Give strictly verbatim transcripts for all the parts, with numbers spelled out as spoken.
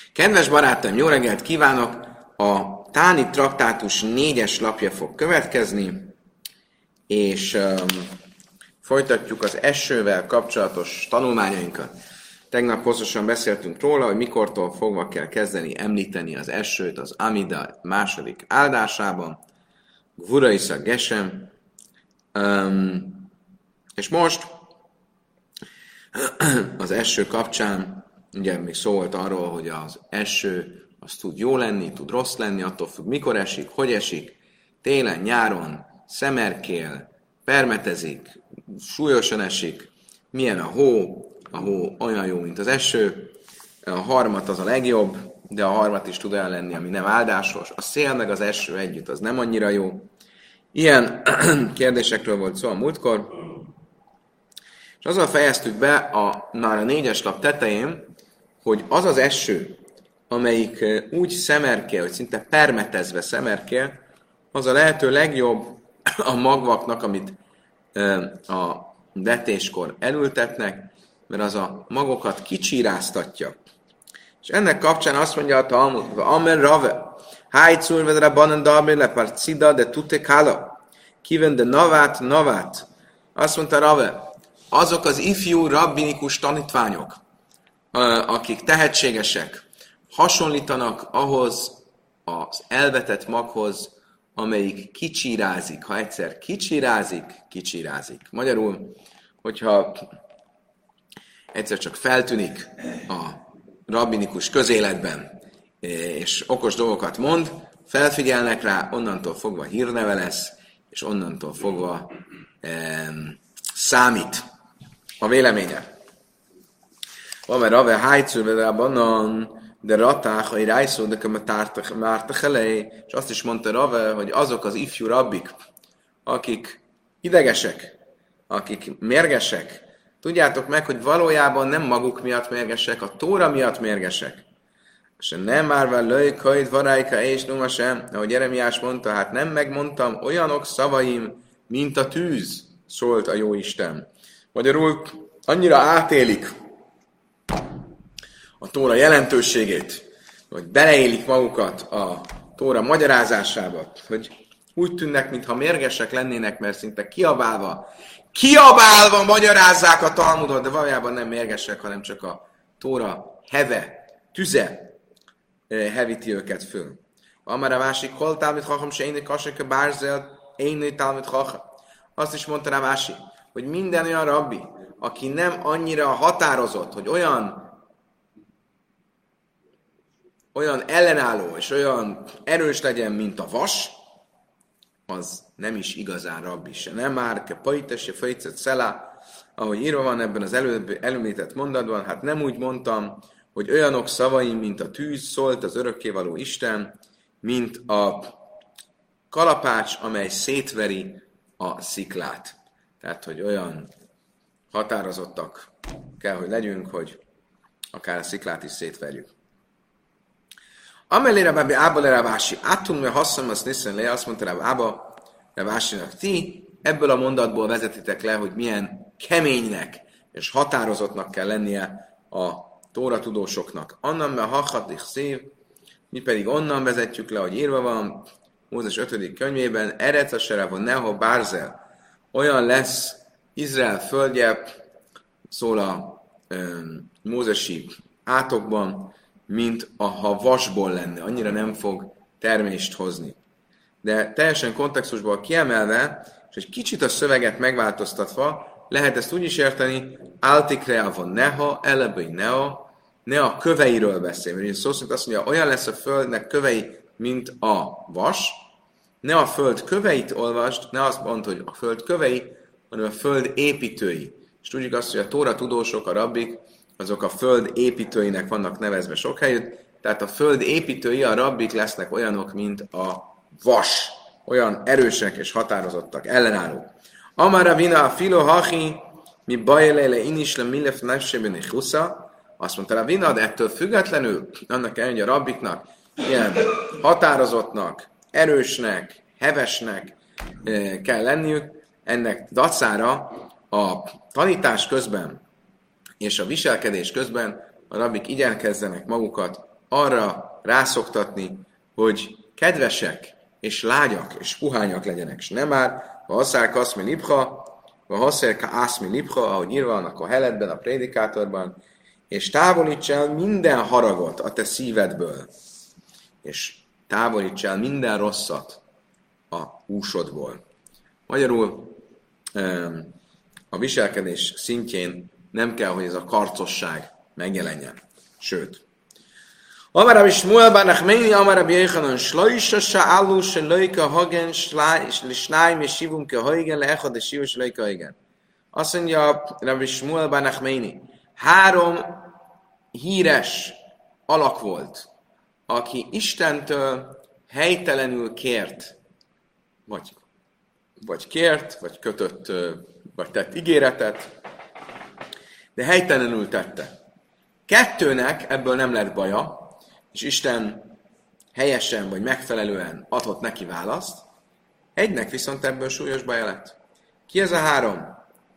Kedves barátaim, jó reggelt kívánok! A Táni traktátus négyes lapja fog következni, és um, folytatjuk az esővel kapcsolatos tanulmányainkat. Tegnap hosszasan beszéltünk róla, hogy mikortól fogva kell kezdeni említeni az esőt az Amida második áldásában, Gvuraisza Gesem, um, és most az eső kapcsán, ugye még szó volt arról, hogy az eső az tud jó lenni, tud rossz lenni, attól függ, mikor esik, hogy esik, télen, nyáron, szemerkél, permetezik, súlyosan esik, milyen a hó, a hó olyan jó, mint az eső, a harmat az a legjobb, de a harmat is tud olyan lenni, ami nem áldásos, a szél meg az eső együtt, az nem annyira jó. Ilyen kérdésekről volt szó a múltkor, és azzal fejeztük be a, már a négyes lap tetején, hogy az az eső, amelyik úgy szemerkél, hogy szinte permetezve szemerkél, az a lehető legjobb a magvaknak, amit a vetéskor elültetnek, mert az a magokat kicsíráztatja. És ennek kapcsán azt mondja a Talmud, Amen Rave, Hájcúr vedre banan dabé le parcida de tutte kala, kiven de navát, navát. Azt mondta Rave, azok az ifjú rabbinikus tanítványok, akik tehetségesek, hasonlítanak ahhoz az elvetett maghoz, amelyik kicsírázik. Ha egyszer kicsírázik, kicsírázik. Magyarul, hogyha egyszer csak feltűnik a rabbinikus közéletben, és okos dolgokat mond, felfigyelnek rá, onnantól fogva hírneve lesz, és onnantól fogva em, számít a véleménye. Van mert Rave hájcúr, de ratách, hogy rájszó, de mártak elej, és azt is mondta Rave, hogy azok az ifjú rabbik, akik idegesek, akik mérgesek, tudjátok meg, hogy valójában nem maguk miatt mérgesek, a Tóra miatt mérgesek. És nem már löjk, hajt, varájka, és numa sem, ahogy Jeremiás mondta, hát nem megmondtam, olyanok szavaim, mint a tűz, szólt a Jóisten. Magyarul annyira átélik a Tóra jelentőségét, hogy beleélik magukat a Tóra magyarázásába, hogy úgy tűnnek, mintha mérgesek lennének, mert szinte kiabálva, kiabálva magyarázzák a Talmudot, de valójában nem mérgesek, hanem csak a Tóra heve, tüze hevíti őket föl. Amara másik, hol tálmit hacham, se énnek kasek a bárzel, énnek tálmit hacham. Azt is mondta rá másik, hogy minden olyan rabbi, aki nem annyira határozott, hogy olyan olyan ellenálló és olyan erős legyen, mint a vas, az nem is igazán rabbi se. Nem már, ke pajtes, se fejcet szelá, ahogy írva van ebben az előbb említett mondatban, hát nem úgy mondtam, hogy olyanok szavaim, mint a tűz, szólt az örökkévaló Isten, mint a kalapács, amely szétveri a sziklát. Tehát, hogy olyan határozottak kell, hogy legyünk, hogy akár a sziklát is szétverjük. Amelére Rabbi Ába le Ravási, áttunk, mert hasszam azt niszen le, azt mondta Rabbi Ába Ravásinak, ti ebből a mondatból vezetitek le, hogy milyen keménynek és határozottnak kell lennie a Tóra tudósoknak. Annan, mert hachadlich szív, mi pedig onnan vezetjük le, hogy írva van Mózes ötödik könyvében, Eretz aserávon neho bárzel, olyan lesz Izrael földje, szól a um, mózesi átokban, mint a, ha vasból lenne, annyira nem fog termést hozni. De teljesen kontextusból kiemelve, és egy kicsit a szöveget megváltoztatva, lehet ezt úgy is érteni, Altikreavon neha, eleböj neha, ne a köveiről beszél. Mert szó szerint azt mondja, olyan lesz a földnek kövei, mint a vas, ne a föld köveit olvasd, ne azt mondd, hogy a föld kövei, hanem a föld építői. És tudjuk azt, hogy a Tóra tudósok, a rabbik, azok a föld építőinek vannak nevezve sok helyütt, tehát a föld építői, a rabbik lesznek olyanok, mint a vas, olyan erősek és határozottak, ellenállók. Amara vina a filo hachi, mi bajlele inisle milef nefseben és husza, azt mondta a vina, de ettől függetlenül, annak ellenére, hogy a rabbiknak ilyen határozottnak, erősnek, hevesnek e, kell lenniük, ennek dacára a tanítás közben és a viselkedés közben a rabbik igyekezzenek magukat arra rászoktatni, hogy kedvesek, és lágyak, és puhányak legyenek. És nem már, ha haszár kaszmi libha, ha haszár ka ászmi libha, ahogy írva vannak a heletben, a prédikátorban, és távolíts el minden haragot a te szívedből, és távolíts el minden rosszat a húsodból. Magyarul a viselkedés szintjén nem kell, hogy ez a karcosság megjelenjen. Sőt. Amar Rabbi Shmuel bar Nachmani, Amar Rabbi Yochanan, Shloisha sha'alu sheloika hagen l'shnayim yeshivum kehoigen le'echad yeshivu sheloika hagen. Azt mondja Rabbi Shmuel bar Nachmani, három híres alak volt, aki Istentől helytelenül kért, vagy, vagy kért, vagy kötött, vagy tett ígéretet, de helytelenül tette. Kettőnek ebből nem lett baja, és Isten helyesen vagy megfelelően adott neki választ, egynek viszont ebből súlyos baja lett. Ki ez a három?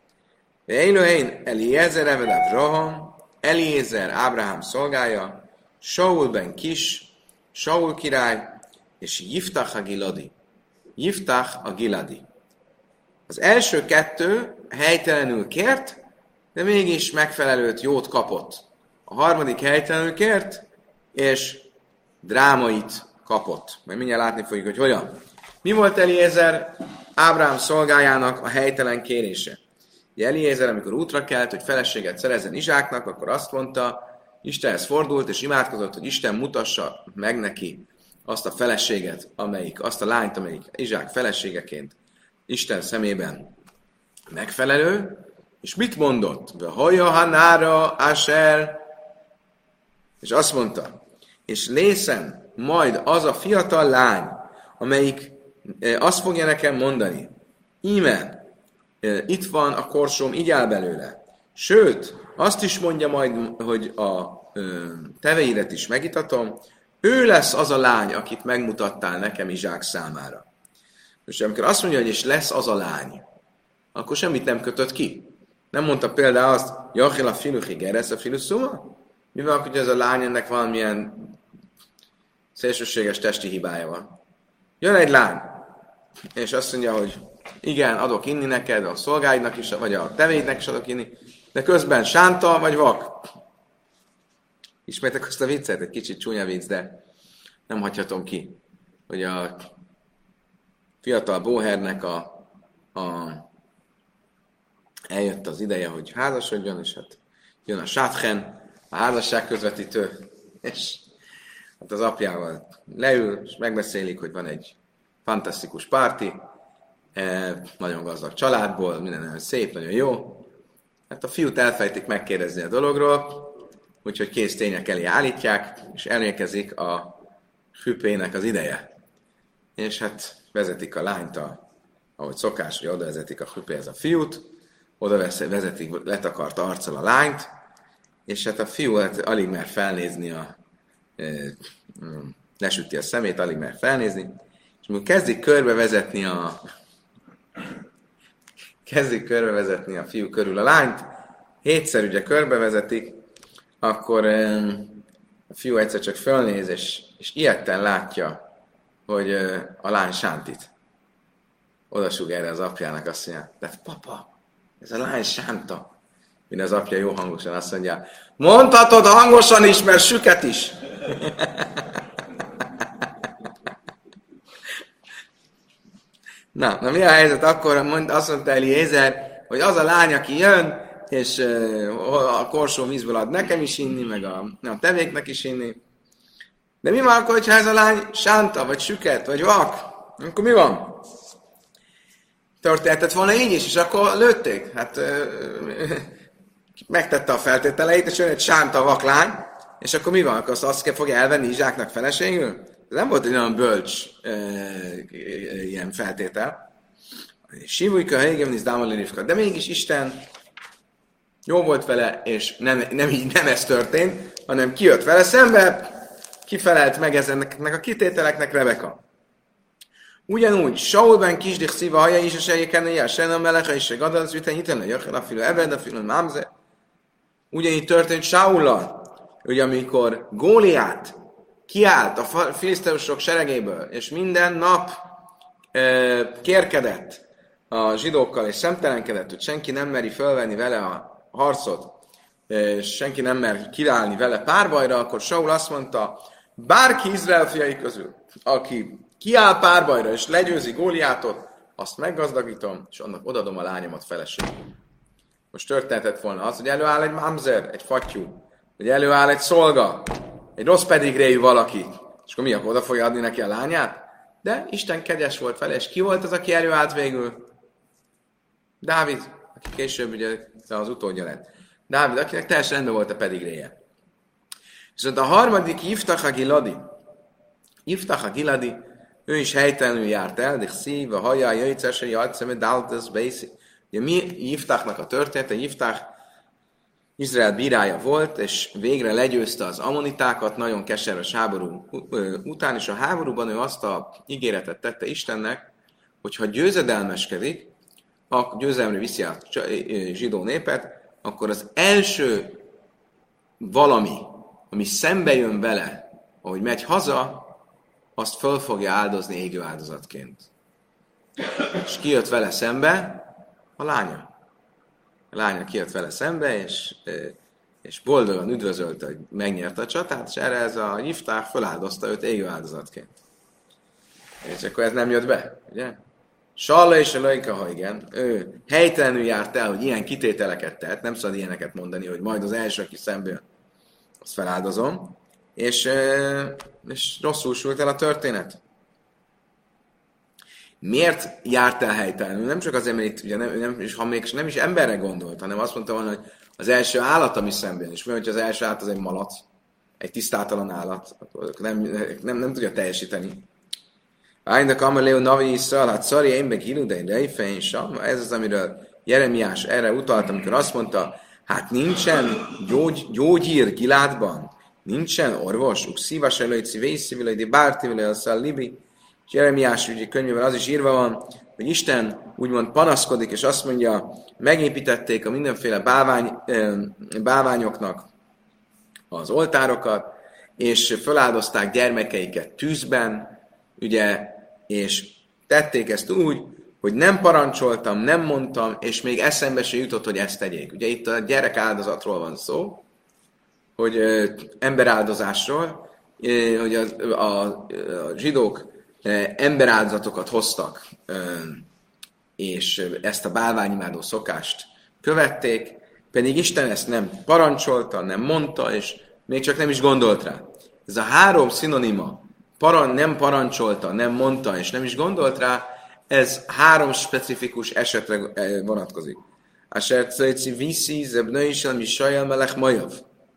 Élőhén Eliezer Eved Avraham, Eliezer Ábrahám szolgája, Saul ben Kis, Saul király, és Jiftach a Giladi. Jiftach a Giladi. Az első kettő helytelenül kért, de mégis megfelelőt, jót kapott. A harmadik helytelenül kért, és drámait kapott. Majd mindjárt látni fogjuk, hogy hogyan. Mi volt Eliezer Ábrahám szolgájának a helytelen kérése? Ugye Eliezer, amikor útra kelt, hogy feleséget szerezzen Izsáknak, akkor azt mondta, Istenhez fordult, és imádkozott, hogy Isten mutassa meg neki azt a feleséget, amelyik, azt a lányt, amelyik Izsák feleségeként Isten szemében megfelelő, és mit mondott? Vehoja hanára asher, és azt mondta, és lészen majd az a fiatal lány, amelyik azt fogja nekem mondani, íme, itt van a korsóm, így áll belőle. Sőt, azt is mondja majd, hogy a teveidet is megitatom, ő lesz az a lány, akit megmutattál nekem Izsák számára. És amikor azt mondja, hogy és lesz az a lány, akkor semmit nem kötött ki. Nem mondta például azt, Jachil a filuchi geresz a filuszuma? Mi van, hogy ez a lány, ennek valamilyen szélsőséges testi hibája van. Jön egy lány, és azt mondja, hogy igen, adok inni neked, a szolgáidnak is, vagy a tevéidnek is adok inni, de közben sánta vagy vak. Ismertek azt a viccet? Egy kicsit csúnya vicc, de nem hagyhatom ki, hogy a fiatal bóhernek a, a eljött az ideje, hogy házasodjon, és hát jön a sátchen, a házasság közvetítő, és hát az apjával leül, és megbeszélik, hogy van egy fantasztikus párti, eh, nagyon gazdag családból, minden nagyon szép, nagyon jó. Hát a fiút elfejtik megkérdezni a dologról, úgyhogy kész tények elé állítják, és elérkezik a hüppének az ideje. És hát vezetik a lányt, a, ahogy szokás, hogy oda vezetik a hüppéhez a fiút, oda vezetik letakart arccal a lányt, és hát a fiú hát alig mer felnézni, a, e, lesüti a szemét, alig mer felnézni, és amikor kezdik körbevezetni a kezdik körbevezetni a fiú körül a lányt, hétszer ugye körbevezetik, akkor e, a fiú egyszer csak fölnéz, és, és ilyetten látja, hogy e, a lány sántit. Oda súg erre az apjának, azt mondja, de papa, ez a lány sánta. Mind az apja jó hangosan azt mondja, mondhatod hangosan is, mert süket is. na, na, mi a helyzet? Akkor mond, azt mondta Eliezer, hogy az a lány, aki jön, és uh, a korsó vízből ad nekem is inni, meg a, a tevéknek is inni. De mi van akkor, hogyha ez a lány sánta, vagy süket, vagy vak? Akkor mi van? Történhetett volna így is, és akkor lőtték. Hát uh, megtette a feltételeit, és jön egy sánta vaklány, és akkor mi van? Akkor azt, azt fogja elvenni Izsáknak feleségül? Ez nem volt egy olyan bölcs e, e, ilyen feltétel. Sivujka, Heigemnisz, Dámalirivka. De mégis Isten jó volt vele, és nem, nem, így, nem ez történt, hanem kijött vele szembe, kifelelt meg ezeknek a kitételeknek Rebeka. Ugyanúgy, Saulben kisdik szíva haja is, és eljéken a sen a meleche, és a gadaz, viten hiten a jöjjön, a filu ebben, a filu mámze. Ugyanígy történt Saullal, hogy amikor Góliát kiállt a filiszteusok seregéből, és minden nap ö, kérkedett a zsidókkal, és szemtelenkedett, hogy senki nem meri fölvenni vele a harcot, és senki nem mer kiállni vele párbajra, akkor Saul azt mondta, bárki Izrael fiai közül, aki kiáll párbajra, és legyőzi Góliátot, azt meggazdagítom, és annak odadom a lányomat feleségül. Most történhetett volna az, hogy előáll egy mamzer, egy fattyú, hogy előáll egy szolga, egy rossz pedigréjű valaki, és akkor mi, akkor oda fogja adni neki a lányát? De Isten kegyes volt vele, és ki volt az, aki előállt végül? Dávid, aki később ugye az utódja lett. Dávid, akinek teljesen rendben volt a pedigréje. Viszont a harmadik Yiftach a Giladi. Yiftach a Giladi, ő is helytelenül járt el, de szív, a hajjá, jöjjtszese, jajtszeme, dáltesz, beiszi. Ugye mi Yiftachnak a története? Yiftach Izrael bírája volt, és végre legyőzte az ammonitákat, nagyon keserves háború után, és a háborúban ő azt a ígéretet tette Istennek, hogy ha győzedelmeskedik, a győzelemre viszi a zsidó népet, akkor az első valami, ami szembe jön vele, ahogy megy haza, azt föl fogja áldozni égő áldozatként. És ki jött vele szembe? A lánya. A lánya kijött vele szembe, és, és boldogan üdvözölte, hogy megnyerte a csatát, és erre ez a Yiftach feláldozta őt égő áldozatként. És akkor ez nem jött be, ugye? Salla és a Lajka, ha igen, ő helytelenül járt el, hogy ilyen kitételeket tett, nem szabad ilyeneket mondani, hogy majd az első, aki szembe jön, azt feláldozom, és, és rosszul sült el a történet. Miért járt el helytelenül? Nem csak azért, mert itt, ugye nem, nem, és ha még nem is emberre gondolt, hanem azt mondta volna, hogy az első állat, ami szemben, és mi, hogy az első állat az egy malac, egy tisztátalan állat, nem, nem, nem tudja teljesíteni. Ájndak Amaleo Navi Iszrael, hát szari, én meg Hiludei Reifein Sam, ez az, amiről Jeremiás erre utalt, amikor azt mondta, hát nincsen gyógy, gyógyír Giládban, nincsen orvos, ukszívas előjci, vészívilői, de bártívilői, a szallibi, és Jeremiás ügyi könyvében az is írva van, hogy Isten úgymond panaszkodik, és azt mondja, megépítették a mindenféle bálvány, bálványoknak az oltárokat, és feláldozták gyermekeiket tűzben, ugye, és tették ezt úgy, hogy nem parancsoltam, nem mondtam, és még eszembe se jutott, hogy ezt tegyék. Ugye itt a gyerek áldozatról van szó, hogy ö, emberáldozásról, ö, hogy a, a, a zsidók ö, emberáldozatokat hoztak, ö, és ezt a bálványimádó szokást követték, pedig Isten ezt nem parancsolta, nem mondta, és még csak nem is gondolt rá. Ez a három szinonima, paran, nem parancsolta, nem mondta, és nem is gondolt rá, ez három specifikus esetre vonatkozik. Asher Cajci Viszi, Zebnöisel, Misajel, Melech, Majav.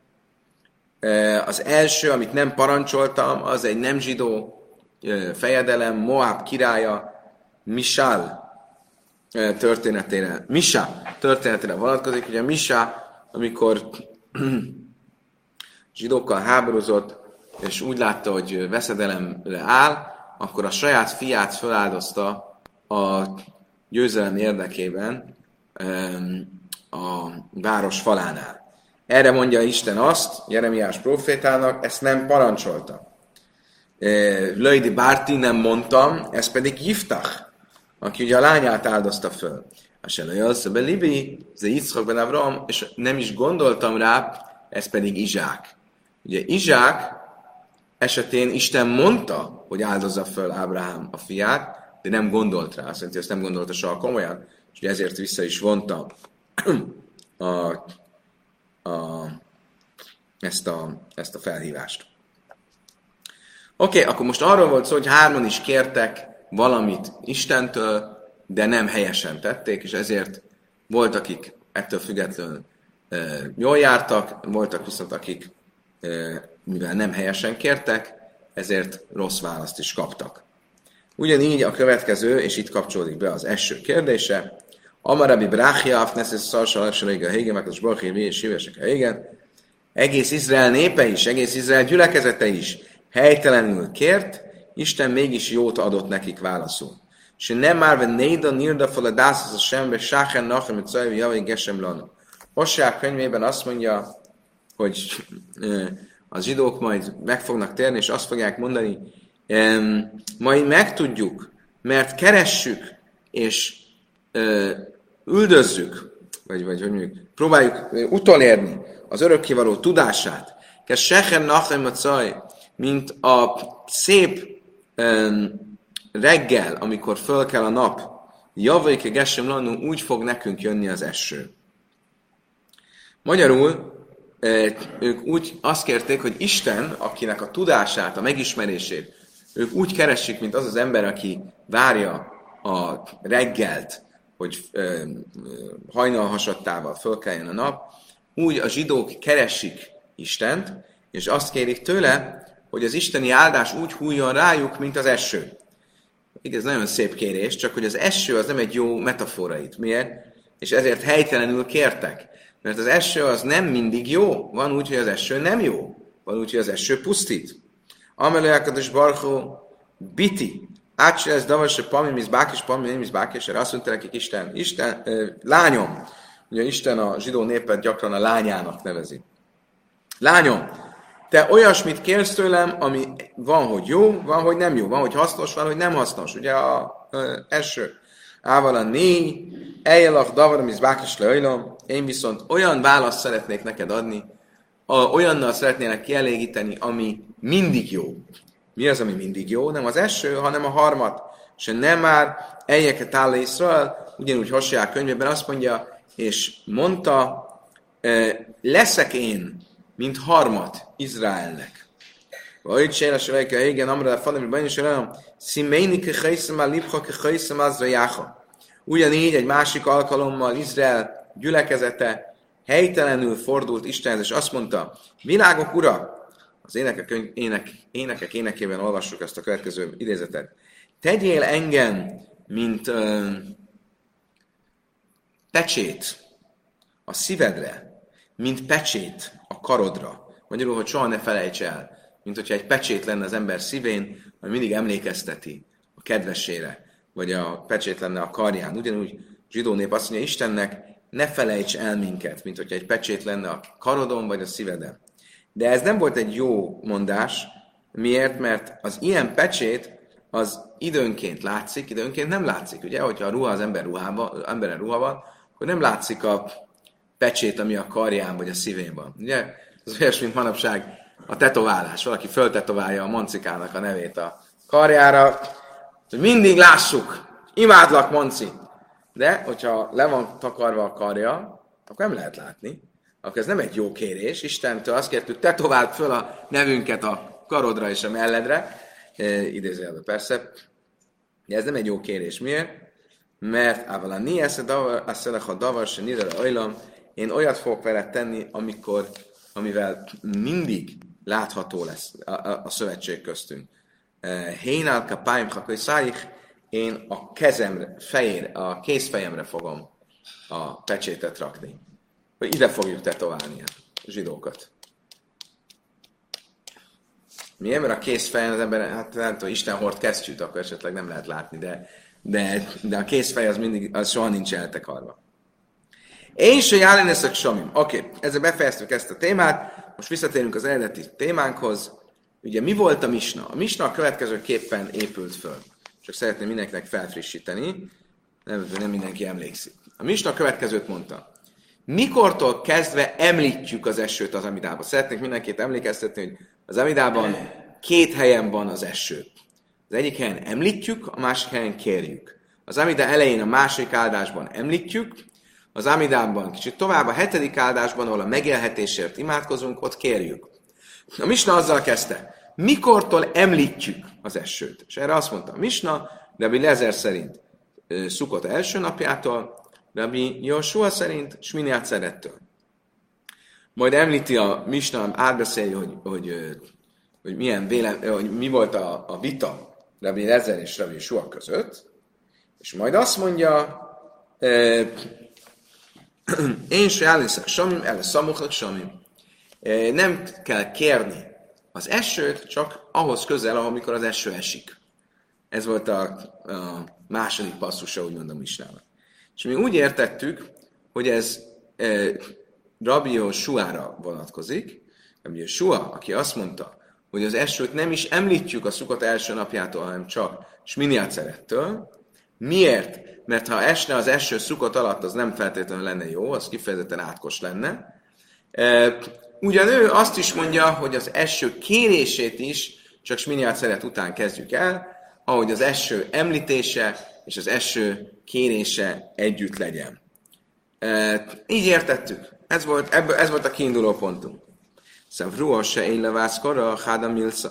Az első, amit nem parancsoltam, az egy nem zsidó fejedelem, Moab királya, Misál történetére, Misa történetére vonatkozik. Ugye Misa, amikor zsidókkal háborúzott, és úgy látta, hogy veszedelemre áll, akkor a saját fiát feláldozta a győzelem érdekében a város falánál. Erre mondja Isten azt, Jeremiás prófétának, ezt nem parancsolta. Löjdi Bárti nem mondtam, ez pedig Yiftach, aki ugye a lányát áldozta föl. A Selajolsz be Libi, ze Yitzchak ben Avram, és nem is gondoltam rá, ez pedig Izsák. Ugye Izsák esetén Isten mondta, hogy áldozza föl Ábrahám a fiát, de nem gondolt rá. Azt mondja, ezt nem gondolta soha komolyan, és ugye ezért vissza is vonta a, a, ezt, a, ezt a felhívást. Oké, okay, akkor most arról volt szó, hogy hárman is kértek valamit Istentől, de nem helyesen tették, és ezért volt, akik ettől függetlenül e, jól jártak, voltak viszont, akik e, mivel nem helyesen kértek, ezért rossz választ is kaptak. Ugyanígy a következő, és itt kapcsolódik be az első kérdése, Amarabi Bráchia, Afnesis Szarsalaksalége a Hégen, meg az Barchévi és Sivesek a Hégen, egész Izrael népe is, egész Izrael gyülekezete is helytelenül kért, Isten mégis jót adott nekik válaszul. És nem már van néda, nirda fel a dászhoz a sembe, sáchen nachem, mit szajvi javai gesem lanu. Hossák könyvében azt mondja, hogy az zsidók majd meg fognak térni, és azt fogják mondani, majd megtudjuk, mert keressük, és ö, üldözzük, vagy, vagy hogy mondjuk, próbáljuk utolérni az örökkévaló tudását, kes sechen nachem a caj, mint a szép ö, reggel, amikor föl kell a nap, javaike gesem lannú, úgy fog nekünk jönni az eső. Magyarul ők úgy azt kérték, hogy Isten, akinek a tudását, a megismerését, ők úgy keresik, mint az az ember, aki várja a reggelt, hogy hajnalhasadtával fölkeljen a nap, úgy a zsidók keresik Istent, és azt kérik tőle, hogy az isteni áldás úgy hújjon rájuk, mint az eső. Igen, ez nagyon szép kérés, csak hogy az eső az nem egy jó metafora itt. Miért? És ezért helytelenül kértek. Mert az eső az nem mindig jó. Van úgy, hogy az eső nem jó. Van úgy, hogy az eső pusztít. Amelő Akadosh Baruch Hu biti. Átse ez davas, pami mizbák és pami nem mizbák, és erre azt mondta nekik Isten, Isten, uh, lányom. Ugye Isten a zsidó népet gyakran a lányának nevezi. Lányom, te olyasmit kérsz tőlem, ami van, hogy jó, van, hogy nem jó, van, hogy hasznos, van, hogy nem hasznos. Ugye a uh, eső. Ával a négy, eljelak davar, mizbák és leajlom. Én viszont olyan választ szeretnék neked adni, a, olyannal szeretnélek kielégíteni, ami mindig jó. Mi az, ami mindig jó? Nem az eső, hanem a harmat. És nem már eljeket áll Izrael, ugyanúgy Hosea könyvében azt mondja, és mondta, leszek én, mint harmat Izraelnek. Vagy séles rejke, igen, amra a falem, bajn is olyan, szimméni kehelyszem el libha, kehelyszem az zajáha. Ugyanígy egy másik alkalommal Izrael gyülekezete helytelenül fordult Istenhez, és azt mondta, világok ura, az énekek, ének, énekek énekében olvassuk ezt a következő idézetet. Tegyél engem, mint ö, pecsét a szívedre, mint pecsét a karodra. Magyarul, hogy soha ne felejts el, mint hogyha egy pecsét lenne az ember szívén, ami mindig emlékezteti a kedvesére, vagy a pecsét lenne a karján. Ugyanúgy zsidó nép azt mondja, Istennek ne felejts el minket, mint hogyha egy pecsét lenne a karodon, vagy a szíveden. De ez nem volt egy jó mondás. Miért? Mert az ilyen pecsét az időnként látszik, időnként nem látszik. Ugye, hogyha a ruha az ember ruhában, emberen ruha van, akkor nem látszik a pecsét, ami a karján vagy a szívén van. Ugye? Ez olyas, mint manapság a tetoválás. Valaki föltetoválja a Moncikának a nevét a karjára, hogy mindig lássuk. Imádlak, Monci! De, hogyha le van takarva a karja, akkor nem lehet látni. Akkor ez nem egy jó kérés. Istentől azt kértük, tetováld föl a nevünket a karodra és a melledre. E, idézőjelben persze. De ez nem egy jó kérés. Miért? Mert ávala ni eszelech a davar se nidere ajlam. Én olyat fogok vele tenni, amikor, amivel mindig látható lesz a, a, a szövetség köztünk. Hénál kapáim hakai szájik. Én a kezemre, fejére, a kézfejemre fogom a pecsétet rakni. Hogy ide fogjuk tetoválni a zsidókat. Miért? Mert a kézfejen az ember, hát nem tudom, Isten hord kesztyűt, akkor esetleg nem lehet látni, de, de, de a kézfej az mindig, az soha nincs eltekarva. Én se járni eszek samim. Oké, okay, ezzel befejeztük ezt a témát, most visszatérünk az eredeti témánkhoz. Ugye mi volt a misna? A misna a következőképpen épült föl. Csak szeretném mindenkinek felfrissíteni, nem, nem mindenki emlékszik. A misna a következőt mondta. Mikortól kezdve említjük az esőt az Amidában? Szeretnék mindenkit emlékeztetni, hogy az Amidában két helyen van az eső. Az egyik helyen említjük, a másik helyen kérjük. Az Amida elején a második áldásban említjük, az Amidában kicsit tovább, a hetedik áldásban, ahol a megélhetésért imádkozunk, ott kérjük. A misna azzal kezdte, mikortól említjük az esőt? És erre azt mondta a misna, Rabbi Lezer szerint Szukot első napjától, Rabbi Jósua szerint Smini Atzerettől. Majd említi a misna, átbeszélj, hogy, hogy, hogy, milyen véle, hogy mi volt a, a vita Rabbi Lezer és Rabbi Jósua között, és majd azt mondja, én se elliszek samim, el szamuchak samim. Nem kell kérni az esőt, csak ahhoz közel, amikor az eső esik. Ez volt a, a második passzusa, úgy mondom misnának. És mi úgy értettük, hogy ez e, Rabbi Jósuára vonatkozik, Sua, aki azt mondta, hogy az esőt nem is említjük a Szukot első napjától, hanem csak Smini Atzerettől. Miért? Mert ha esne az eső Szukot alatt, az nem feltétlenül lenne jó, az kifejezetten átkos lenne. Ugyan ő azt is mondja, hogy az eső kérését is csak Smini Atzeret után kezdjük el, ahogy az eső említése és az eső kérése együtt legyen. Így értettük. Ez volt, ebből, ez volt a kiinduló pontunk. Szavruha se élevászkora a háda milsza.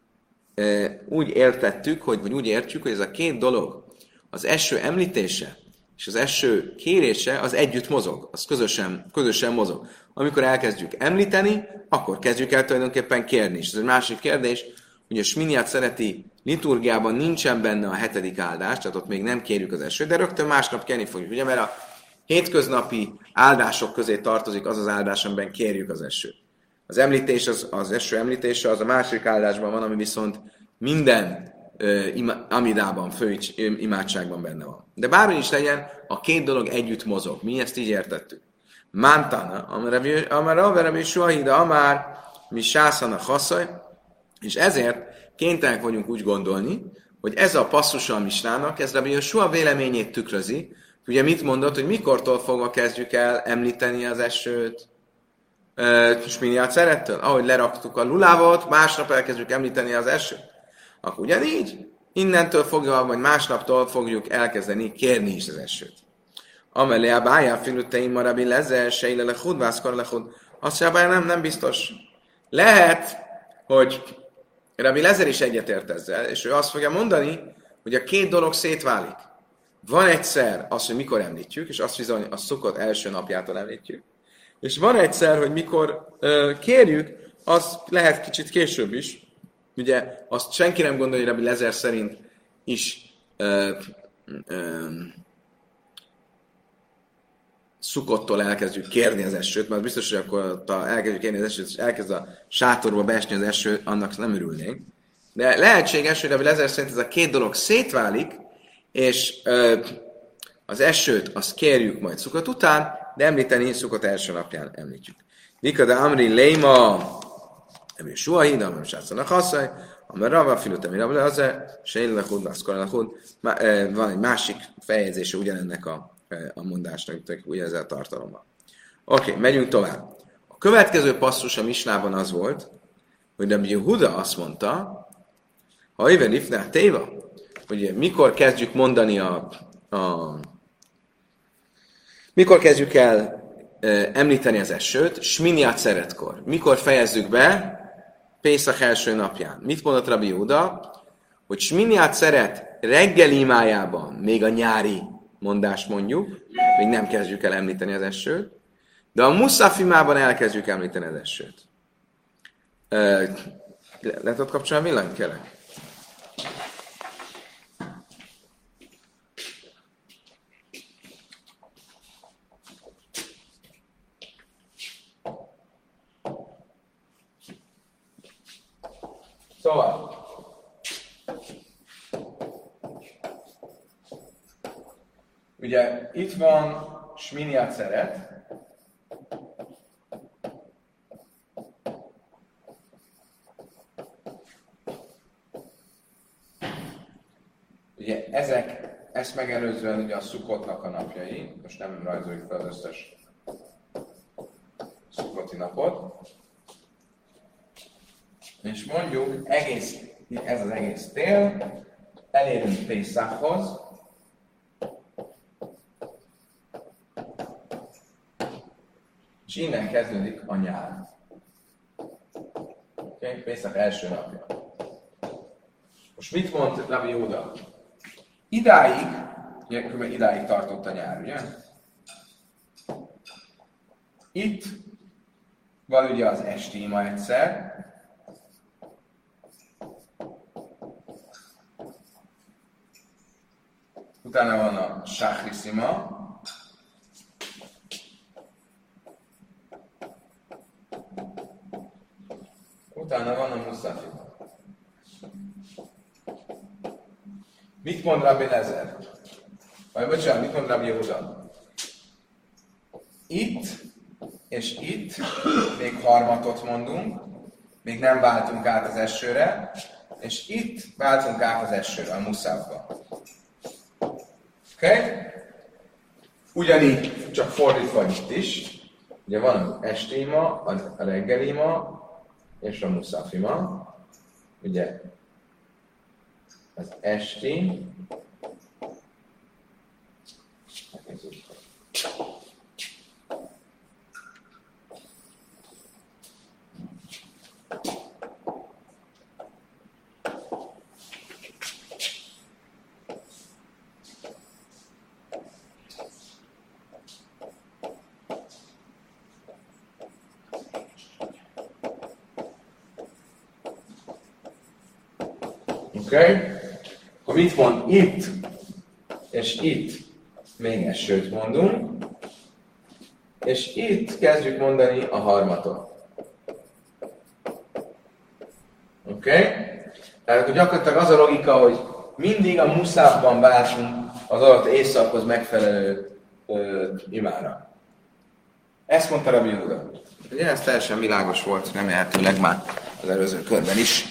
Úgy értettük, hogy, vagy úgy értjük, hogy ez a két dolog, az eső említése és az eső kérése, az együtt mozog, az közösen, közösen mozog. Amikor elkezdjük említeni, akkor kezdjük el tulajdonképpen kérni. És ez egy másik kérdés, hogy a Smini Atzereti liturgiában nincsen benne a hetedik áldás, tehát ott még nem kérjük az esőt, de rögtön másnap kérni fogjuk, ugye, mert a hétköznapi áldások közé tartozik az az áldás, amiben kérjük az esőt. Az említés, az, az eső említése, az a második áldásban van, ami viszont minden uh, ima, amidában, fő imádságban benne van. De bármi is legyen, a két dolog együtt mozog. Mi ezt így értettük. Mántana, amár Rabbi Suahida, amár mi sászana haszaj, és ezért kénytelenek vagyunk úgy gondolni, hogy ez a passzusa a Misnának, ez Rabbi Josua véleményét tükrözi. Ugye mit mondott, hogy mikortól fogva kezdjük el említeni az esőt? Smini Atzerettől? Ahogy leraktuk a lulávot, másnap elkezdjük említeni az esőt. Akkor ugyanígy, innentől fogva, vagy másnaptól fogjuk elkezdeni kérni is az esőt. Amelé a bájá filüteim marabi lezer, sejle lehud, vászkar lehud. Azt mondja, nem, nem biztos. Lehet, hogy Rabbi Lezer is egyetért ezzel, és ő azt fogja mondani, hogy a két dolog szétválik. Van egyszer az, hogy mikor említjük, és azt bizony a Szukot első napjától említjük, és van egyszer, hogy mikor uh, kérjük, az lehet kicsit később is. Ugye azt senki nem gondolja, hogy Rabbi Lezer szerint is uh, um, Szukottól elkezdjük kérni az esőt, mert biztos, hogy akkor ha elkezdjük kérni az esőt, és elkezd a sátorba beesni az eső, annak nem örülnénk. De lehetséges, hogy Rabbi Lezer szerint ez a két dolog szétválik, és ö, az esőt azt kérjük majd Szukot után, de említeni Szukot első napján említjük. Dika de Amri Leima, Emri Suahid, Amri Sátszanak Hasszaj, Amri Rava, Filut, Amri Rabbi Lezer, Sejl Lechud, Vászkar Lechud. Van egy másik feljegyzése ugyanennek a a mondásnak, ugye ezzel a tartalommal. Oké, okay, megyünk tovább. A következő passzus a Misnában az volt, hogy Rabbi Yehuda azt mondta, ha éven ifnál téva, hogy mikor kezdjük mondani a, a mikor kezdjük el e, említeni az esőt, Smini Atzeretkor. Mikor fejezzük be? Pészak első napján. Mit mondott Rabbi Yehuda? Hogy Smini Atzeret reggeli imájában még a nyári mondást mondjuk, még nem kezdjük el említeni az esőt, de a Muszafimában elkezdjük említeni az esőt. Le, lehet ott kapcsolni a villanyt, kérlek? Szóval, ugye itt van Smini Atzeret, ugye ezek, ezt megelőzően ugye a Szukotnak a napjai, most nem rajzoljuk fel az összes Szukoti napot, és mondjuk egész, ez az egész tél, elérünk Pészakhoz, és innen kezdődik a nyár. Oké, okay? Pészak első napja. Most mit mond Rabbi Yehuda? Idáig, ugye, idáig tartott a nyár, ugye? Itt van ugye az esti ima egyszer, utána van a Sáchris ima, utána van a Muszafi. Mit mond Rabbi Lezer? Vagy bocsánat, mit mond Rabbi Yehuda? Itt és itt még harmatot mondunk, még nem váltunk át az esőre, és itt váltunk át az esőre, a muszávba. Oké? Okay? Ugyanígy, csak fordítva itt is. Ugye van az estéma, a reggelima, és a muszafima. Ugye az esti, Oké? Okay? Akkor mit mond itt, és itt még esőt mondunk, és itt kezdjük mondani a harmatot. Oké? Okay? Tehát akkor gyakorlatilag az a logika, hogy mindig a muszávban váltunk az adott éjszakhoz megfelelő ö, imára. Ezt mondta Rabbi Yehuda. Ugye ez teljesen világos volt, remélhetőleg már az előző körben is.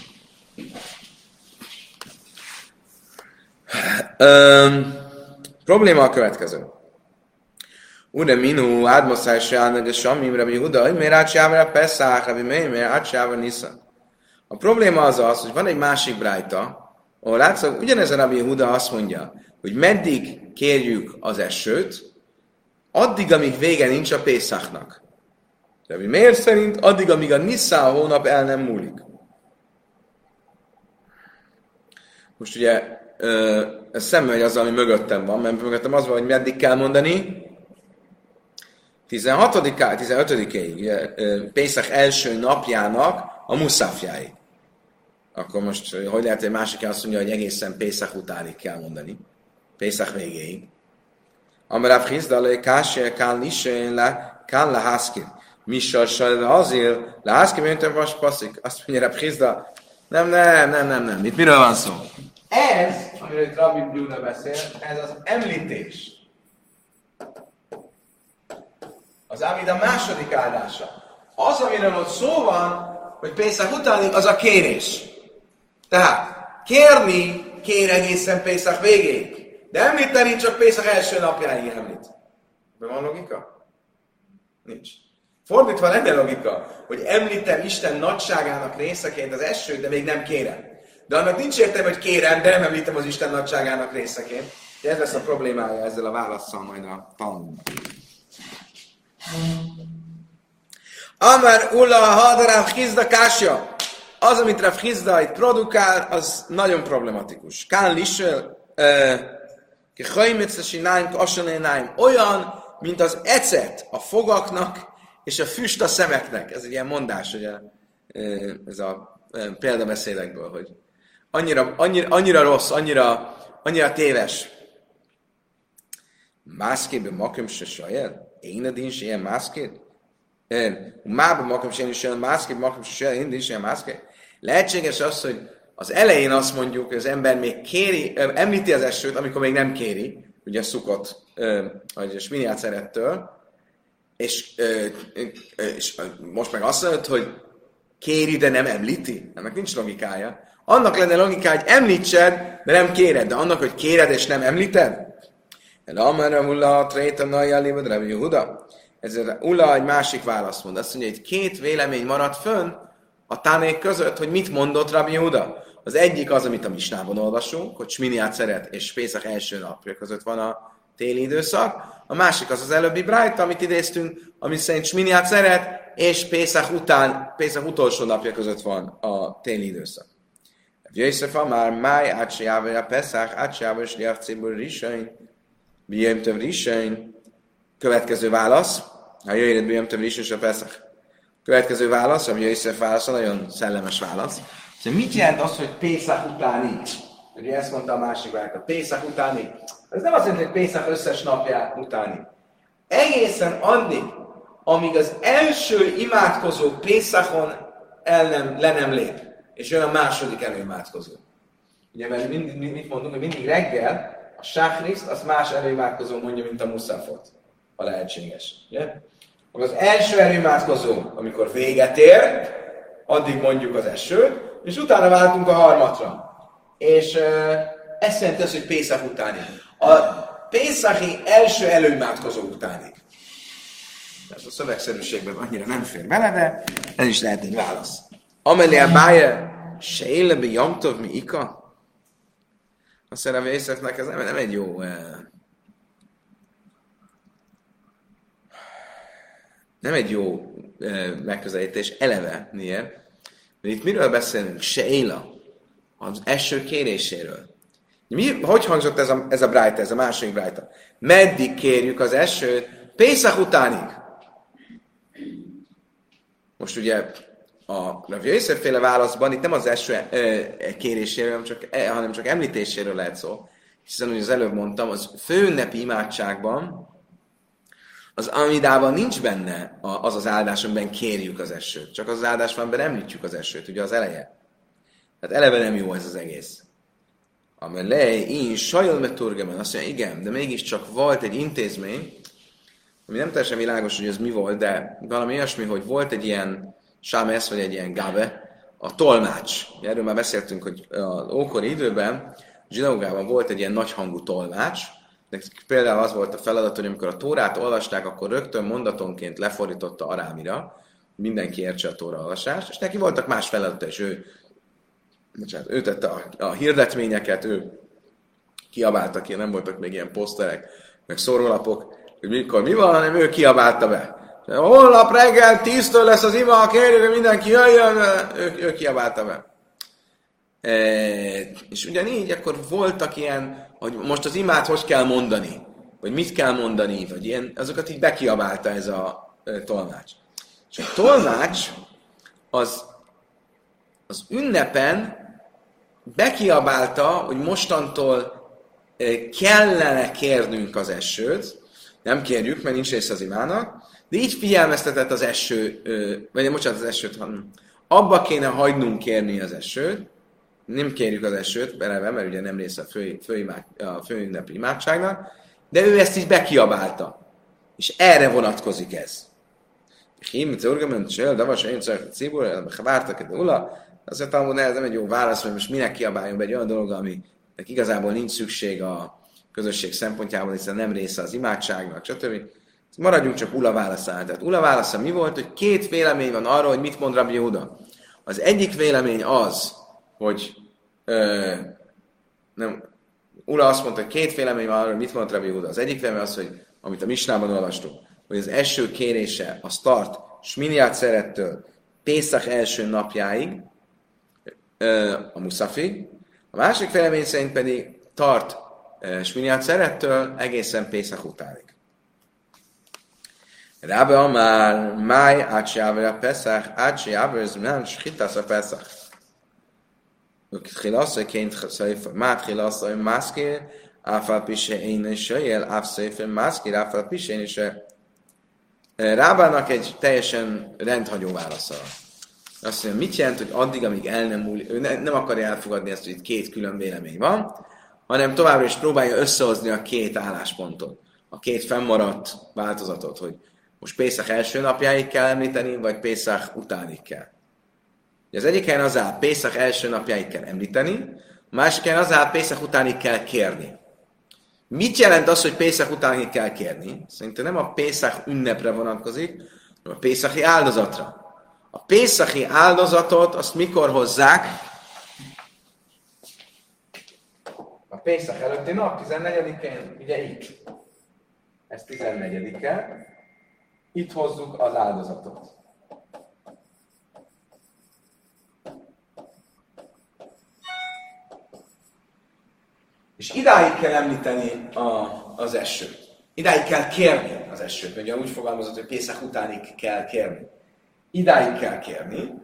Um, probléma a következő. Ure minu ádmoszáj se állnak a samim Rabbi Yehuda, hogy miért átsávra a Peszach, Rabbi Meir, miért átsávra Nisza. A probléma az az, hogy van egy másik brájta, ahol látszok, ugyanez a Rabbi Yehuda azt mondja, hogy meddig kérjük az esőt, addig, amíg vége nincs a Pészachnak. Rabbi Meir szerint addig, amíg a Nisza hónap el nem múlik. Most ugye ez szemmegy azzal, ami mögöttem van, mert mögöttem az van, hogy meddig kell mondani. tizenhatodikáig, tizenötödikéig, Pészach első napjának a muszafjáig. Akkor most hogy lehet, hogy másik azt mondja, hogy egészen Pészach utánig kell mondani. Pészach végéig. Amarav Hizdalé, Kásé, Kán Lisén, Kán Lehászkin. Missal Sajle azért, Lehászkin, mint a paszik. Azt mondja Rav Hizda, nem, nem, nem, nem, nem. Itt miről van szó? Ez, amiről itt Rabbi Yehuda beszél, ez az említés. Az Amida második áldása. Az, amiről ott szó van, hogy Pészach utánig, az a kérés. Tehát kérni kér egészen Pészach végéig. De említeni csak Pészach első napjáig említ. De van logika? Nincs. Fordítva lenne logika, hogy említem Isten nagyságának részeként az esőt, de még nem kérem. De annak nincs értelme, hogy kérem, de nem említem az Isten nagyságának részeként. Ez lesz a problémája ezzel a válasszal majd a tanulban. Amar Ulla Hadaram Hizda Kásja. Az, amit Rav Hizda itt produkál, az nagyon problematikus. Kán Lisel, olyan, mint az ecet a fogaknak és a füst a szemeknek. Ez egy ilyen mondás, ugye, ez a példabeszédekből, hogy annyira, annyira, annyira rossz, annyira, annyira téves. Mászkében makom se sajel? Én edin se ilyen mászkét? Mában makom se ilyen sajel, mászkében makom se sajel, én is ilyen mászkét? Lehetséges az, hogy az elején azt mondjuk, hogy az ember még kéri, említi az esőt, amikor még nem kéri, ugye szukott, vagy a sminiát szerettől, és, és most meg azt mondod, hogy kéri, de nem említi? Ennek nincs logikája. Annak lenne logikája, hogy említsed, de nem kéred, de annak, hogy kéred és nem említed? Amara Ulla Tréta Naja Libad Rabbi Yehuda. Ezzel Ulla egy másik választ mond. Azt mondja, hogy két vélemény maradt fönn a tánék között, hogy mit mondott Rabbi Yehuda. Az egyik az, amit a Misnában olvasunk, hogy Sminiát szeret és Pészach első napja között van a téli időszak. A másik az az előbbi brájta, amit idéztünk, ami szerint Sminiát szeret és Pészach után, Pészach utolsó napja között van a téli időszak. Jöjszef már máj átsjáver a Pészach, átsjáver és liach cibur risain, bijem risain. Következő válasz, ha jöjjön bijem töv risain és a Pészach. Következő válasz, ami Jöjszef válasz, nagyon szellemes válasz. Szóval mit jelent az, hogy Pészach utáni? Ugye ezt mondta a másik válasz, Pészach utáni. Ez nem azt jelenti, hogy Pészach összes napját utáni. Egészen addig, amíg az első imádkozó Pészachon el nem, le nem lép, és jön a második előimádkozó. Ugye, mert mindig, mit mondunk, hogy mindig reggel a sáhriszt, azt más előimádkozó mondja, mint a muszafot, ha lehetséges. Ugye? Az első előimádkozó, amikor véget ér, addig mondjuk az esőt, és utána váltunk a harmadra. És uh, ez jelenti az, hogy Pészach utánig. A Pészachi első előimádkozó utánig. Ez a szövegszerűségben annyira nem fér bele, de ez is lehet egy válasz. Amelé a bája, se élebi jamtov mi ika? Azt mondja, hogy Északnak ez nem, nem egy jó... Uh, nem egy jó uh, megközelítés, eleve, miért? Mert itt miről beszélünk? Seila, az eső kéréséről. Mi, hogy hangzott ez a, ez a brájta, ez a második brájta? Meddig kérjük az esőt? Pészach utánig. Most ugye a Rav Yosef féle válaszban itt nem az eső uh, kéréséről, hanem csak, uh, hanem csak említéséről lehet szó. Hiszen, ahogy az előbb mondtam, az főünnepi imádságban az Amidában nincs benne az az áldás, amiben kérjük az esőt. Csak az, az áldás van, amiben említjük az esőt, ugye az eleje. Tehát eleve nem jó ez az egész. Amelé, én sajol meturgemen, azt mondja, igen, de mégiscsak volt egy intézmény, ami nem teljesen világos, hogy ez mi volt, de valami olyasmi, hogy volt egy ilyen sámesz, vagy egy ilyen gábe, a tolmács. Erről már beszéltünk, hogy az ókori időben zsinagógában volt egy ilyen nagyhangú tolmács, nekik például az volt a feladat, hogy amikor a Tórát olvasták, akkor rögtön mondatonként lefordította arámira, mindenki értse a Tóra olvasást, és neki voltak más feladata, és ő, bocsánat, ő tette a, a hirdetményeket, ő kiabálta ki, nem voltak még ilyen poszterek, meg szórólapok, hogy mikor mi van, hanem ő kiabálta be. Holnap reggel tíztől lesz az ima, kérjük, hogy mindenki jöjjön, ő, ő kiabálta be. E, és ugyanígy akkor voltak ilyen, hogy most az imát hogy kell mondani, vagy mit kell mondani, vagy ilyen, azokat így bekiabálta ez a e, tolmács. És a tolmács az, az ünnepen bekiabálta, hogy mostantól e, kellene kérnünk az esőt, nem kérjük, mert nincs része az imának, de így figyelmeztetett az eső, ö, vagy nem, bocsánat, az esőt, hanem abba kéne hagynunk kérni az esőt, nem kérjük az esőt, beleve, mert ugye nem része a, fő, fő a főünnepi imádságnak, de ő ezt is bekiabálta. És erre vonatkozik ez. Hím, Zurgament, Sel, Davas, én csak Cibur, vártak, de Ula, azt mondtam, hogy ez nem egy jó válasz, hogy most minek kiabáljunk be egy olyan dolog, aminek igazából nincs szükség a közösség szempontjából, hiszen nem része az imádságnak, stb. Maradjunk csak Ula válaszán. Tehát Ula válasza mi volt, hogy két vélemény van arról, hogy mit mond Rabbi Yehuda. Az egyik vélemény az, hogy ö, nem, Ula azt mondta, hogy két vélemény van arról, hogy mit mond Rabbi Yehuda. Az egyik vélemény az, hogy amit a Misnában olvastunk, hogy az eső kérése az tart Sminiát szerettől Pészach első napjáig, ö, a Muszafig. A másik vélemény szerint pedig tart Sminiát szerettől egészen Pészach utánig. Rabbi Amar, máj átsi áver a Pesach, átsi áver zmán, schitász a Pesach. Tchilasszai ként szajfa, má tchilasszai mászkér, áfál pise én is jöjjel, áf szajfa mászkér, áfál pise én is jöjjel. Rábának egy teljesen rendhagyó válasza. Azt mondja, mit jelent, hogy addig, amíg el nem múlik, ő ne, nem akarja elfogadni ezt, hogy itt két külön vélemény van, hanem továbbra is próbálja összehozni a két álláspontot, a két fennmaradt változatot, hogy most Pészach első napjáig kell említeni, vagy Pészach utánig kell. Az egyik helyen az áll, Pészach első napjáig kell említeni, a másik helyen az áll, Pészach utánig kell kérni. Mit jelent az, hogy Pészach utánig kell kérni? Szerintem nem a Pészach ünnepre vonatkozik, hanem a Pészachi áldozatra. A Pészachi áldozatot azt mikor hozzák? A Pészach előtti nap, tizennegyedikén, ugye itt. Ez tizennegyedike. Itt hozzuk az áldozatot. És idáig kell említeni a, az esőt. Idáig kell kérni az esőt. Ugye úgy fogalmazott, hogy Pészach utánig kell kérni. Idáig kell kérni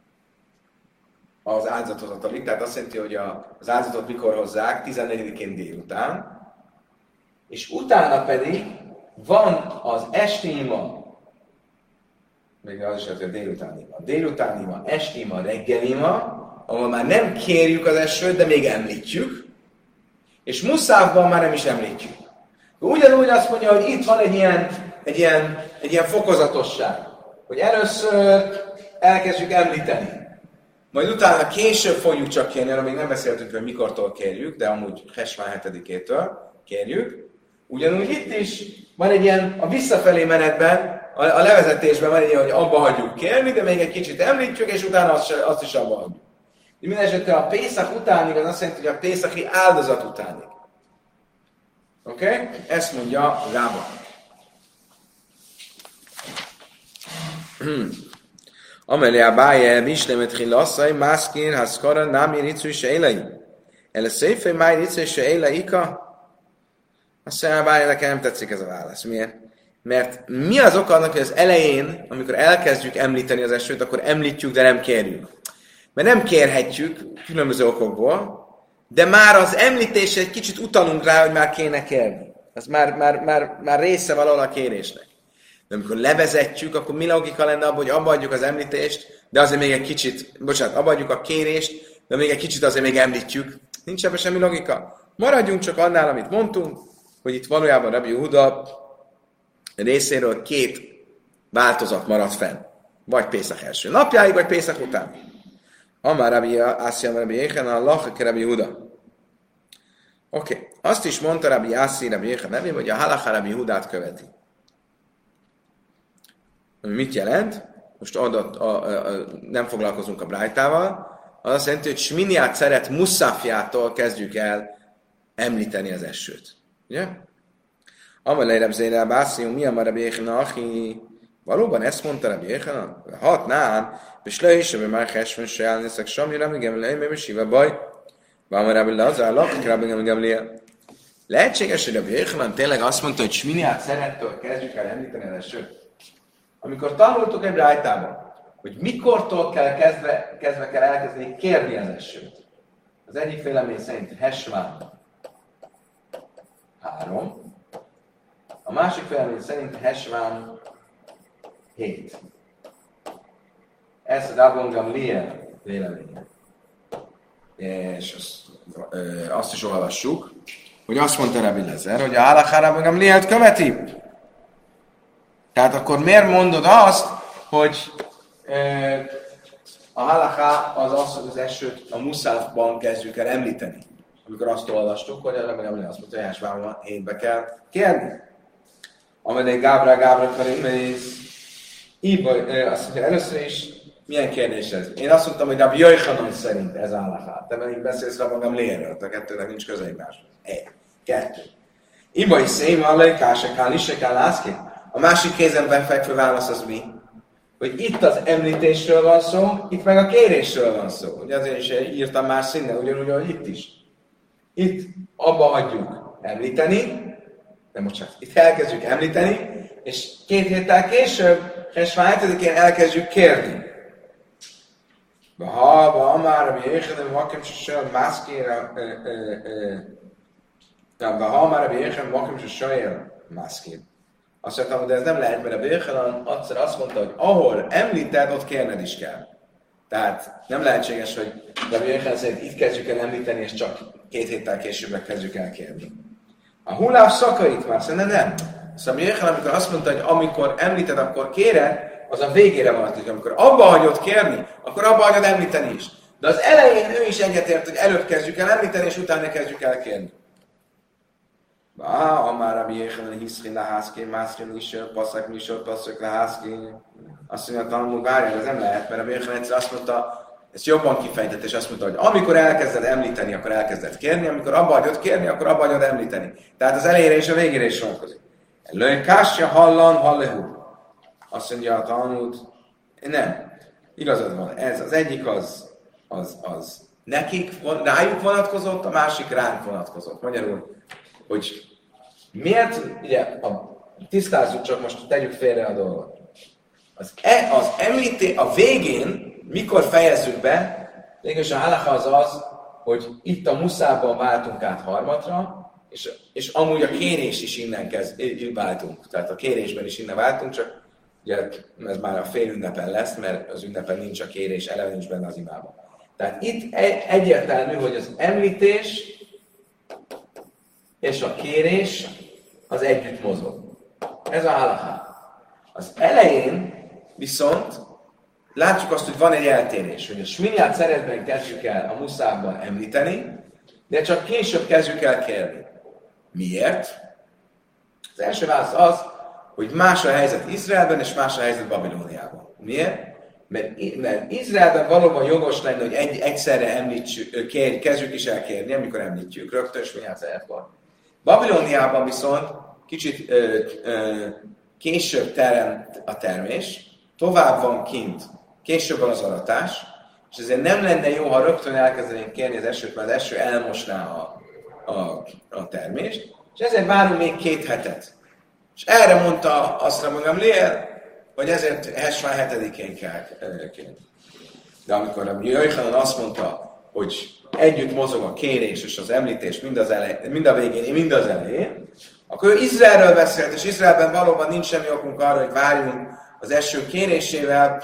az áldozatotalig. Tehát azt jelenti, hogy a, az áldozatot mikor hozzák? tizennegyedikén délután. És utána pedig van az estéma, még az is az, hogy a délutánima. A délutánima, estéma, reggelima, ahol már nem kérjük az esőt, de még említjük. És muszávban már nem is említjük. Ugyanúgy azt mondja, hogy itt van egy ilyen egy ilyen, egy ilyen fokozatosság, hogy először elkezdjük említeni. Majd utána később fogjuk csak kérni, arra még nem beszéltünk, hogy mikortól kérjük, de amúgy Hesván hetedikétől kérjük. Ugyanúgy itt is van egy ilyen, a visszafelé menetben, a, a levezetésben van egy ilyen, hogy abba hagyjuk kérni, de még egy kicsit említjük, és utána azt, azt is abba hagyjuk. Mindenesetre a Pészak utánig, az azt jelenti, hogy a Pészaki áldozat utánig. Oké? Okay? Ezt mondja Rába. Amelé a báje, vislemet hilasszai, mászkír, haszkara, námi ricú se élei. El a széfej, máj ricú se éleika. Azt mondja, báje, nekem nem tetszik ez a válasz. Miért? Mert mi az oka annak, hogy az elején, amikor elkezdjük említeni az esőt, akkor említjük, de nem kérjük. Mert nem kérhetjük különböző okokból, de már az említés egy kicsit utalunk rá, hogy már kéne kérni. Ez már, már, már, már része valahol a kérésnek. De amikor levezetjük, akkor mi logika lenne abban, hogy abba adjuk az említést, de azért még egy kicsit, bocsánat, abba adjuk a kérést, de még egy kicsit azért még említjük. Nincs ebben semmi logika. Maradjunk csak annál, amit mondtunk, hogy itt valójában Rabbi Yehuda részéről két változat maradt fenn. Vagy Pészak első napjáig, vagy Pészak után. Amár Rabbi Assi, Rabbi Jéchen, a Lachak, Rabbi Yehuda. Oké, okay. Azt is mondta Rabbi Assi, Rabbi Jéchen nevén, hogy a Halacha Rabbi Yehudát követi. Mit jelent? Most adat, a, a, a, nem foglalkozunk a Brájtával. Az azt jelenti, hogy Sminiát szeret Muszafjától kezdjük el említeni az esőt. Ugye? Amelé Rabbi Assi, mi a Rabbi Jéchen, aki valóban ezt mondta Rabbi Jéchen? Hat nán, és le is, hogy már Hesven se elnézek Sammi, Rabbi Gamliel, mert sive baj. Van Rabbi Lazar, lakik Rabbi Gamliel. Lehetséges, hogy Rabbi Jéchen tényleg azt mondta, hogy Sminiát szerettől kezdjük el említeni az esőt. Amikor tanultuk egy brájtában, hogy mikortól kell kezdve, kezdve kell elkezdeni kérni az esőt. Az egyik vélemény szerint Hesván három, a másik vélemény szerint Hesván hét. Ez a Rabbi Gamliel véleménye. És azt, ö, azt is olvassuk, hogy azt mondta Rabbi Lezer, hogy a Halacha Rabbi Gamlielt követi. Tehát akkor miért mondod azt, hogy ö, a halaká az az, hogy az esőt a muszáfban kezdjük el említeni. Amikor azt olvastuk, hogy a Rabbi Gamliel azt mondta, hogy Hesvánban hétbe kell kérni. Ameddig Gábra, Gábra, Karimész, így vagy, azt mondja, először is milyen kérdés ez? Én azt mondtam, hogy Rabbi Yochanan szerint ez halaká. Te pedig beszélsz Rabbi Gamlielről, a kettőnek nincs köze egymáshoz. Egy, kettő. Ibai szém, hallai, kásekál, lisekál, lászki. A másik kézenben fekvő válasz az mi? Hogy itt az említésről van szó, itt meg a kérésről van szó. Ugye azért is írtam más színen, ugyanúgy, ahogy itt is. Itt abba hagyjuk említeni, de most csak itt elkezdjük említeni, és két héttel később, Hesván hetedikén elkezdjük kérni. Ha, ha már, ami éjjel, vakim se sajjel, mászkére, ha már, ami éjjel, vakim se sajjel, mászkére. Azt mondtam, de ez nem lehet, mert a Bőchelan egyszer azt mondta, hogy ahol említed, ott kérned is kell. Tehát nem lehetséges, hogy a Bőchelan szerint itt kezdjük el említeni, és csak két héttel később kezdjük el kérni. A hulláv szakait már szerintem nem. Szóval a Bőchelan, amikor azt mondta, hogy amikor említed, akkor kéred, az a végére vonatkozik. Amikor abba hagyod kérni, akkor abba hagyod említeni is. De az elején ő is egyetért, hogy előbb kezdjük el említeni, és utána kezdjük el kérni. Ah, amár Rabbi Jéchen hiszki lehászki, mászki misör, passzak misör, passzak lehászki. Azt mondja, tanulmunk, várjál, ez nem lehet, mert Rabbi Jéchen egyszer azt mondta, ezt jobban kifejtett, és azt mondta, hogy amikor elkezded említeni, akkor elkezded kérni, amikor abba hagyod kérni, akkor abba hagyod említeni. Tehát az elejére és a végére is vonatkozik. Lőj kásja hallan, hallehu. Azt mondja a Talmud, nem, igazad van, ez az egyik az, az, az nekik, rájuk vonatkozott, a másik ránk vonatkozott. Magyarul, hogy miért, ugye, a, tisztázzuk csak, most tegyük félre a dolgot. Az, e, az említé, a végén, mikor fejezzük be, végülis a halacha az az, hogy itt a muszában váltunk át harmadra, és, és amúgy a kérés is innen kezd, váltunk. Tehát a kérésben is innen váltunk, csak ugye ez már a fél ünnepen lesz, mert az ünnepen nincs a kérés, eleve nincs benne az imában. Tehát itt egyértelmű, hogy az említés és a kérés az együtt mozog. ez a halaká. Az elején viszont látjuk azt, hogy van egy eltérés, hogy a Sminyát szeretben kezdjük el a muszában említeni, de csak később kezdjük el kérni. Miért? Az első válasz az, hogy más a helyzet Izraelben, és más a helyzet Babilóniában. Miért? Mert, mert Izraelben valóban jogos lenne, hogy egy, egyszerre említsük, kér, kezdjük is el kérni, amikor említjük, rögtön Sminyát szeretben. Babilóniában viszont kicsit ö, ö, később teremt a termés, tovább van kint, később van az aratás, és ezért nem lenne jó, ha rögtön elkezdenénk kérni az esőt, mert az eső elmosná a, a, a termést, és ezért várunk még két hetet. És erre mondta azt magam Lél, hogy ezért Hesván hetedikén kell kérni. De amikor a Jöjjhanon azt mondta, hogy együtt mozog a kérés és az említés mind, az elej, mind a végén, mind az elején, akkor ő Izraelről beszélt, és Izraelben valóban nincs semmi okunk arra, hogy várjunk az eső kérésével,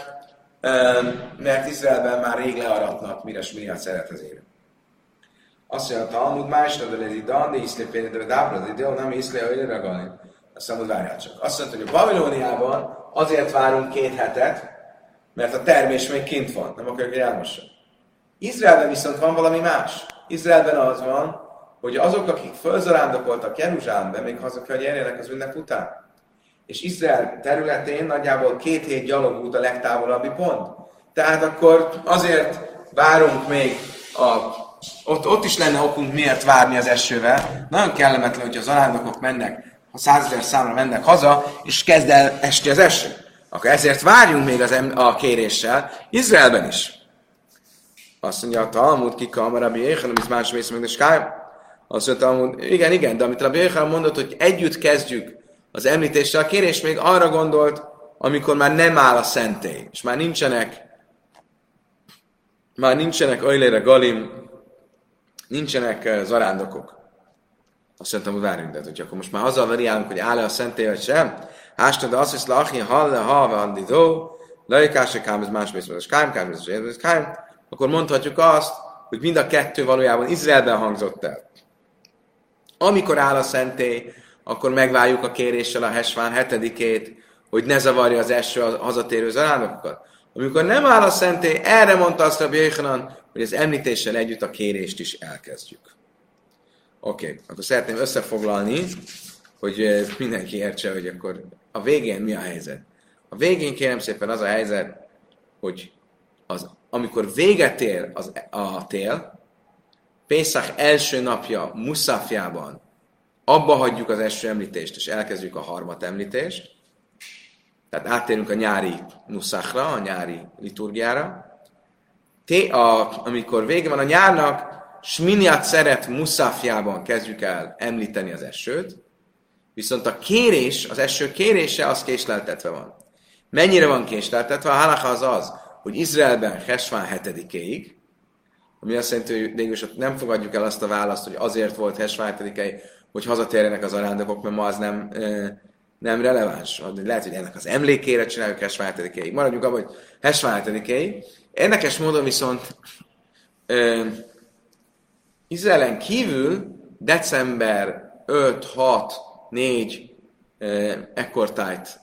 mert Izraelben már rég learatnak, mire Sminyát szerethez ér. Azt mondja, a Talmud más, de ez idan, de iszlé például, de dábra, de ideó, nem iszlé, hogy ragalni. Azt mondja, várjál csak. Azt mondta, hogy a Babilóniában azért várunk két hetet, mert a termés még kint van, nem akarjuk, hogy elmossa. Izraelben viszont van valami más. Izraelben az van, hogy azok, akik fölzarándokoltak Jeruzsálembe, még haza kell, hogy eljenek az ünnep után. És Izrael területén nagyjából két hét gyalogút a legtávolabbi pont. Tehát akkor azért várunk még, a, ott, ott is lenne okunk miért várni az esővel. Nagyon kellemetlen, hogy az arándokok mennek, ha százezer számra mennek haza, és kezd el esni az eső. Akkor ezért várjunk még az em- a kéréssel, Izraelben is. Azt mondja, a Talmud kika, a Rabbi Jéhanan, amit más mész meg, de skály. Azt mondja, Talmud, igen, igen, de amit Rabbi Jéhanan mondott, hogy együtt kezdjük az említéssel, a kérés még arra gondolt, amikor már nem áll a szentély, és már nincsenek, már nincsenek ajlére galim, nincsenek zarándokok. Azt mondtam, hogy várjunk, de hogy akkor most már azzal variálunk, hogy áll-e a szentély, vagy sem. Hástad, azt hisz, lachin, halle, halve, andidó, lajkáse, kám, ez más mész, ez kám, kám, ez kám, akkor mondhatjuk azt, hogy mind a kettő valójában Izraelben hangzott el. Amikor áll a szentély, akkor megvárjuk a kéréssel a Hesván hetedikét, hogy ne zavarja az eső a hazatérő zarándokokat. Amikor nem áll a szentély, erre mondta azt Rabbi Jéhanan, hogy az említéssel együtt a kérést is elkezdjük. Oké, okay. Akkor szeretném összefoglalni, hogy mindenki értse, hogy akkor a végén mi a helyzet. A végén kérem szépen az a helyzet, hogy az, amikor véget ér az, a tél, Pészach első napja Muszafjában abba hagyjuk az első említést, és elkezdjük a harmat említést, tehát áttérünk a nyári Muszachra, a nyári liturgiára. Té, a, amikor vége van a nyárnak, Sminyát szeret Muszafjában kezdjük el említeni az esőt, viszont a kérés, az eső kérése, az késleltetve van. Mennyire van késleltetve? A halacha az az, hogy Izraelben Hesván hetedikéig, ami azt jelenti, hogy végülis nem fogadjuk el azt a választ, hogy azért volt Hesván hetedikéig, hogy hazatérjenek az arándokok, mert ma az nem, nem releváns. Lehet, hogy ennek az emlékére csináljuk Hesván hetedikéig. Maradjunk abban, hogy Hesván hetedikéig. Érdekes módon viszont Izraelen kívül december öt, hat, négy ekkortájt,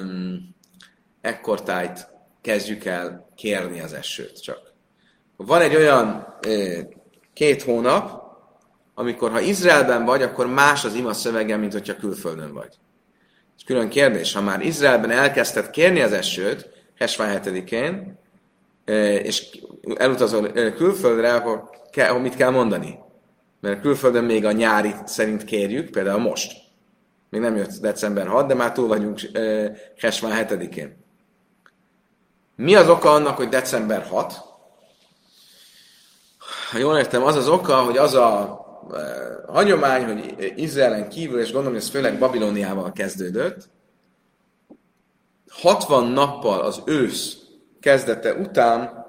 ekkortájt kezdjük el kérni az esőt csak. Van egy olyan két hónap, amikor ha Izraelben vagy, akkor más az ima szövege, mint hogyha külföldön vagy. Ez külön kérdés, ha már Izraelben elkezdted kérni az esőt, Hesván hetedikén, és elutazol külföldre, akkor kell, mit kell mondani? Mert külföldön még a nyári szerint kérjük, például most. Még nem jött december hat, de már túl vagyunk Hesván hetedikén. Mi az oka annak, hogy december hat? Ha jól értem, az az oka, hogy az a e, hagyomány, hogy Izraelen kívül, és gondolom, hogy ez főleg Babilóniával kezdődött, hatvan nappal az ősz kezdete után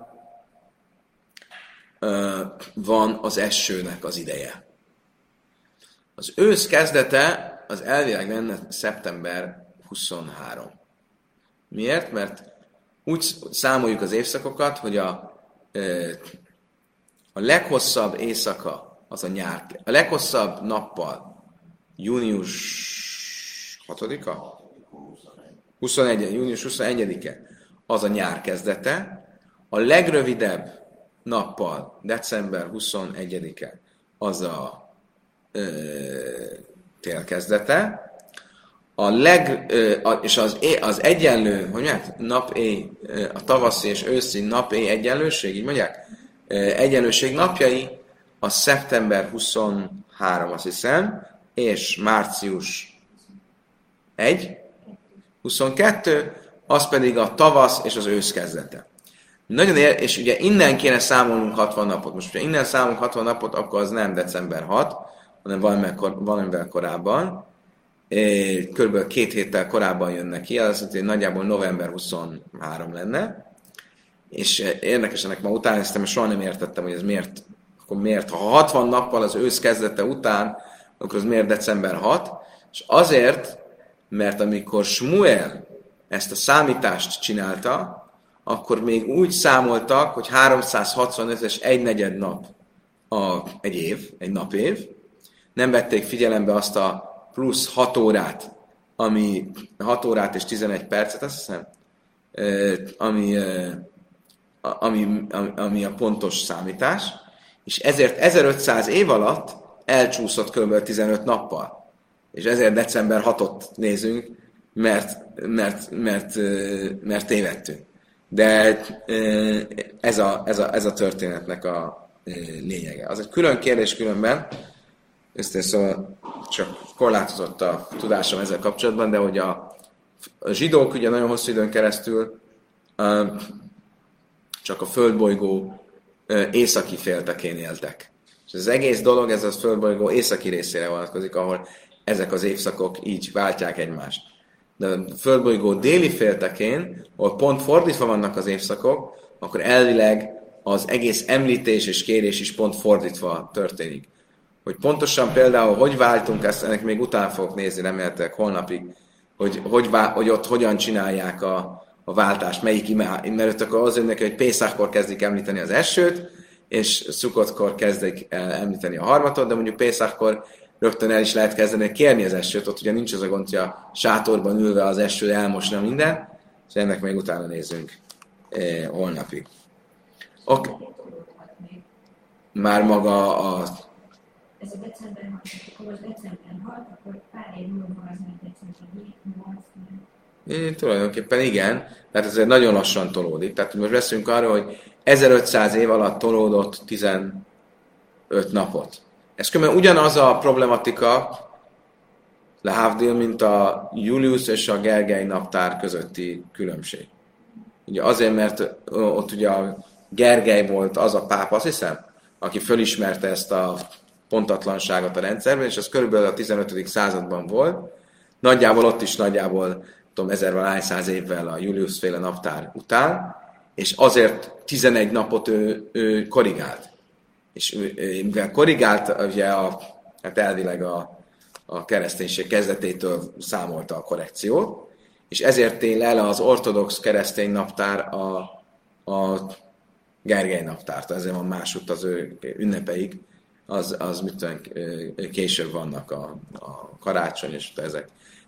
e, van az esőnek az ideje. Az ősz kezdete az elvileg lenne szeptember huszonharmadika. Miért? Mert úgy számoljuk az évszakokat, hogy a, a leghosszabb éjszaka az a nyár. A leghosszabb nappal június hatodika? huszonegy, június huszonegyedike az a nyár kezdete, a legrövidebb nappal, december huszonegyedike az a ö, tél kezdete, a leg, ö, a, és az, az egyenlő, hogy mondják, nap-éj, a tavaszi és őszi nap-éj egyenlőség, így mondják, egyenlőség napjai, a szeptember huszonhárom, azt hiszem, és március egy, huszonkettő, az pedig a tavasz és az ősz kezdete. Nagyon ér, és ugye innen kéne számolnunk hatvan napot. Most, ha innen számolunk hatvan napot, akkor az nem december hatodika, hanem valamivel, valamivel korábban. Körülbelül két héttel korábban jön neki, az azt mondja, hogy nagyjából november huszonhárom lenne. És érdekes, ennek ma utána néztem, és soha nem értettem, hogy ez miért, akkor miért, ha hatvan nappal az ősz kezdete után, akkor az miért december hatodika, és azért, mert amikor Smuel ezt a számítást csinálta, akkor még úgy számoltak, hogy háromszázhatvanöt és egy negyed nap a, egy év, egy napév. Nem vették figyelembe azt a plusz hat órát, ami hat órát és tizenegy percet, azt hiszem, ami, ami, ami, ami a pontos számítás, és ezért ezerötszáz év alatt elcsúszott kb. tizenöt nappal. És ezért december hatodikát nézünk, mert, mert, mert, mert tévedtünk. De ez a, ez, a, ez a történetnek a lényege. Az egy külön kérdés különben, ezt szóval csak korlátozott a tudásom ezzel kapcsolatban, de hogy a, a zsidók ugye nagyon hosszú időn keresztül csak a földbolygó északi féltekén éltek. És az egész dolog, ez a földbolygó északi részére vonatkozik, ahol ezek az évszakok így váltják egymást. De a földbolygó déli féltekén, ahol pont fordítva vannak az évszakok, akkor elvileg az egész említés és kérés is pont fordítva történik. Hogy pontosan például, hogy váltunk, ezt ennek még utána fogok nézni, remélhetőleg holnapig, hogy, hogy, hogy ott hogyan csinálják a, a váltást, melyik imá, mert akkor az jönnek, hogy Pészákkor kezdik említeni az elsőt, és Szukkotkor kezdik említeni a harmadot, de mondjuk Pészákkor rögtön el is lehet kezdeni kérni az esőt, ott ugye nincs az a gond, hogy a sátorban ülve az eső elmosna minden, és ennek még utána nézünk eh, holnapig. Okay. Már maga a... Ez a december hat, akkor most december hat, akkor pár év múlva az meg december nyolc. Tulajdonképpen igen, tehát ez nagyon lassan tolódik. Tehát most beszélünk arról, hogy ezerötszáz év alatt tolódott tizenöt napot. Ez különben ugyanaz a problematika, lehávdél, mint a Julius és a Gergely naptár közötti különbség. Ugye azért, mert ott ugye a Gergely volt az a pápa, azt hiszem, aki fölismerte ezt a pontatlanságot a rendszerben, és ez körülbelül a tizenötödik században volt. Nagyjából ott is nagyjából, tudom, ezervalahány száz évvel a Julius féle naptár után, és azért tizenegy napot ő, ő korrigált. És mivel korrigált, ugye a, hát elvileg a, a kereszténység kezdetétől számolta a korrekciót, és ezért él el az ortodox keresztény naptár a, a Gergely naptárt. Ezért van másút az ő ünnepeik, az, az mit tudom, később vannak a, a karácsony, és ezek.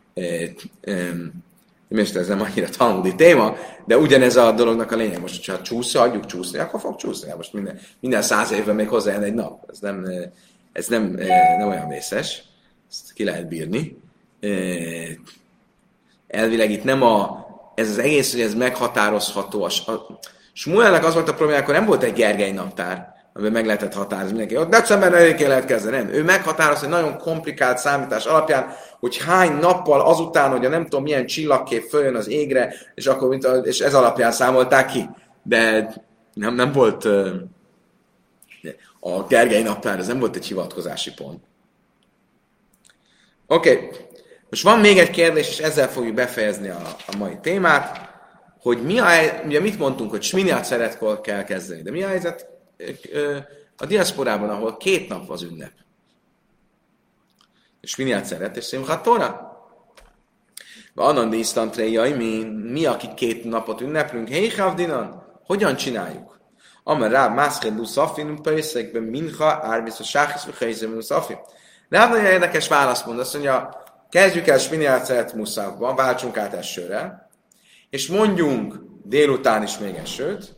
Most ez nem annyira talmudi téma, de ugyanez a dolognak a lényeg. Most, ha csúsz, hagyjuk csúszni, akkor fog csúszni. Most minden, minden száz évben még hozzájön egy nap. Ez nem, ez nem, nem olyan vészes. Ezt ki lehet bírni. Elvileg itt nem a... Ez az egész, hogy ez meghatározható. A Smuelnek az volt a probléma, akkor nem volt egy Gergely naptár, amiben meg lehetett határozni mindenki. Ott december negyedikén lehet kezdeni, nem. Ő meghatározta egy nagyon komplikált számítás alapján, hogy hány nappal azután, hogy a nem tudom milyen csillagkép följön az égre, és, akkor, mint a, és ez alapján számolták ki. De nem, nem volt a Gergely naptár, ez nem volt egy hivatkozási pont. Oké, okay. Most van még egy kérdés, és ezzel fogjuk befejezni a, a mai témát, hogy mi a, ugye mit mondtunk, hogy Smini Atzeretkor kell kezdeni, de mi a helyzet a diaszporában, ahol két nap az ünnep? Smini Atzeret és Simchat Tora. Annan dísztantrejai, mi, mi, akik két napot ünneplünk, hé, Havdinan, hogyan csináljuk? Amar Ráv Mászkedú Szafin, Pöjszekben Mincha, Árbisz a Sáhisz, vagy Helyzemű Szafin. Ráv nagyon érdekes választ mond, azt mondja, kezdjük el Smini Atzeret Muszávban, váltsunk át esőre, és mondjunk délután is még esőt,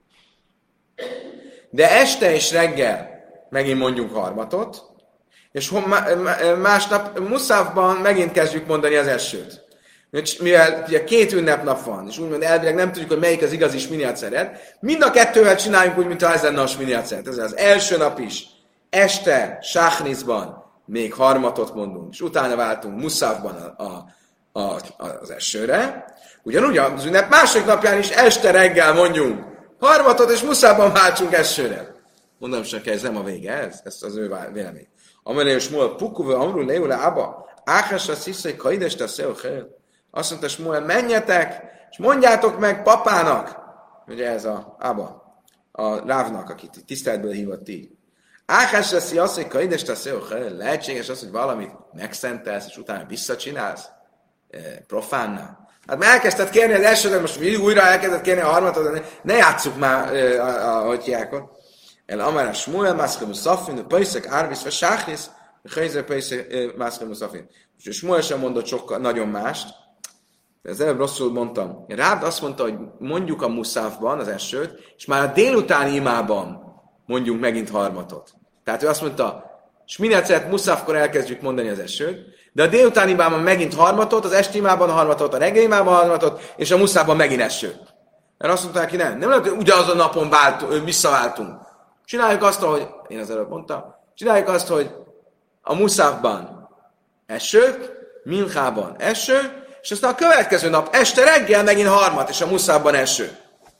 de este és reggel megint mondjunk harmatot, és másnap Muszávban megint kezdjük mondani az esőt. Mivel ugye két ünnepnap van, és úgymond elvileg nem tudjuk, hogy melyik az igazi Smini Atzeret, mind a kettővel csináljunk úgy, mint ha ez lenne a Smini Atzeret. Ez az első nap is, este, Sáchniszban még harmatot mondunk, és utána váltunk Muszávban a, a, a, az esőre. Ugyanúgy az ünnep második napján is este reggel mondjunk harmatot, és Muszávban váltsunk esőre. Mondom, csak ez nem a vége, ez, ez az ő vélemény. Amelé és múl, pukuvő, amrul, leule, abba, áhásra, sziszai, kaideste, szél, azt mondta Smuel, menjetek, és mondjátok meg papának, ugye ez a Abba, a Rávnak, akit tiszteletből hívott így. Áhás lesz, azt, hogy kaides teszél, lehetséges az, hogy valamit megszentelsz, és utána visszacsinálsz? Profánna. Hát már elkezdted kérni az elsőnek, most újra elkezdett kérni a harmadot, ne játsszuk már, ahogy hívják ott. El amara Smuel, maszkemu szafin, pöjszek, árvisz, vagy sáhlisz, helyző pöjszek, maszkemu szafin. És Smuel sem mondott sokkal, nagyon mást. Ez előbb rosszul mondtam. Rád azt mondta, hogy mondjuk a Muszávban az esőt, és már a délutáni imában mondjunk megint harmatot. Tehát ő azt mondta, Smini Atzeret Muszávkor elkezdjük mondani az esőt, de a délutáni imában megint harmatot, az esti imában harmatot, a reggeli imában harmatot, és a Muszávban megint esőt. Mert azt mondták, hogy nem, nem lehet, hogy ugyanazon napon váltunk, visszaváltunk. Csináljuk azt, hogy én az előbb mondtam, csináljuk azt, hogy a Muszávban esőt, Minchában eső, és aztán a következő nap, este reggel megint harmat, és a Muszában eső.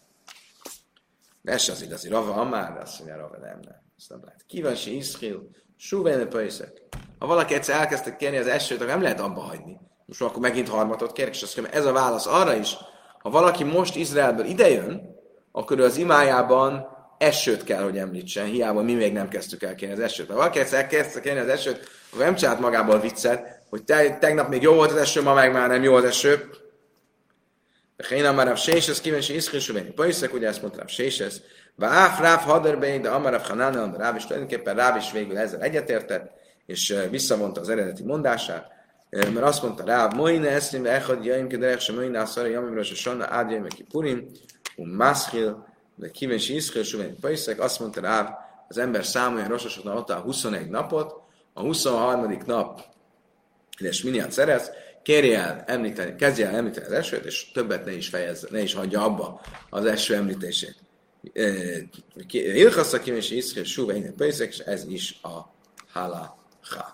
De ez az igazi Rava Amár, de azt mondja Rava, nem, nem. Ezt nem lehet. Kíváncsi Iszchil, Súvejne Pöjszek. Ha valaki egyszer elkezdte kérni az esőt, akkor nem lehet abba hagyni. Most akkor megint harmatot kérek, és azt mondja, ez a válasz arra is, ha valaki most Izraelből idejön, akkor ő az imájában esőt kell, hogy említsen, hiába mi még nem kezdtük el kérni az esőt. Ha valaki egyszer elkezdte kérni az esőt, akkor nem csinált magából viccet, hogy te, tegnap még jó volt az eső, ma meg már nem jó az eső. De én már a Sésesz kíváncsi Iszkésővéni Pöjszek, ugye ezt mondta a Sésesz, Váf Ráv Haderbény, de Amarav Hanánel, de Ráv is tulajdonképpen Ráv is végül ezzel egyetértett, és visszavonta az eredeti mondását, mert azt mondta Ráv, Moine eszlim, Echad, Jaim, Kederek, se Moine, Asszara, Jamimra, se Sonna, Ád, Jaim, Eki Purim, Un Mászkil, de kíváncsi Iszkésővéni Pöjszek, azt mondta Ráv, az ember számolja Rososodna ott a huszonegy napot, a huszonharmadik nap, de Smini Atzeret, kérje el említeni, kezdje el említeni az esőt, és többet ne is fejezze, ne is hagyja abba az eső említését. Ilchasza kíváncsi Iszkel, Súve, innen Pöjszek, és ez is a halacha.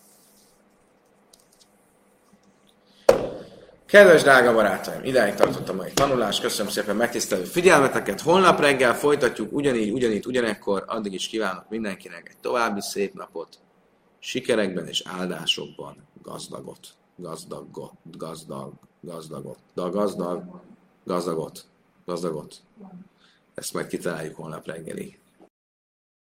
Kedves drága barátaim, idáig tartott a mai tanulás, köszönöm szépen megtisztelő figyelmeteket, holnap reggel folytatjuk ugyanígy, ugyanígy, ugyanekkor, addig is kívánok mindenkinek egy további szép napot, sikerekben és áldásokban gazdagot, gazdagot, gazdag, gazdagot, da gazdag, gazdagot, gazdagot. Ezt majd kitaláljuk holnap reggelig.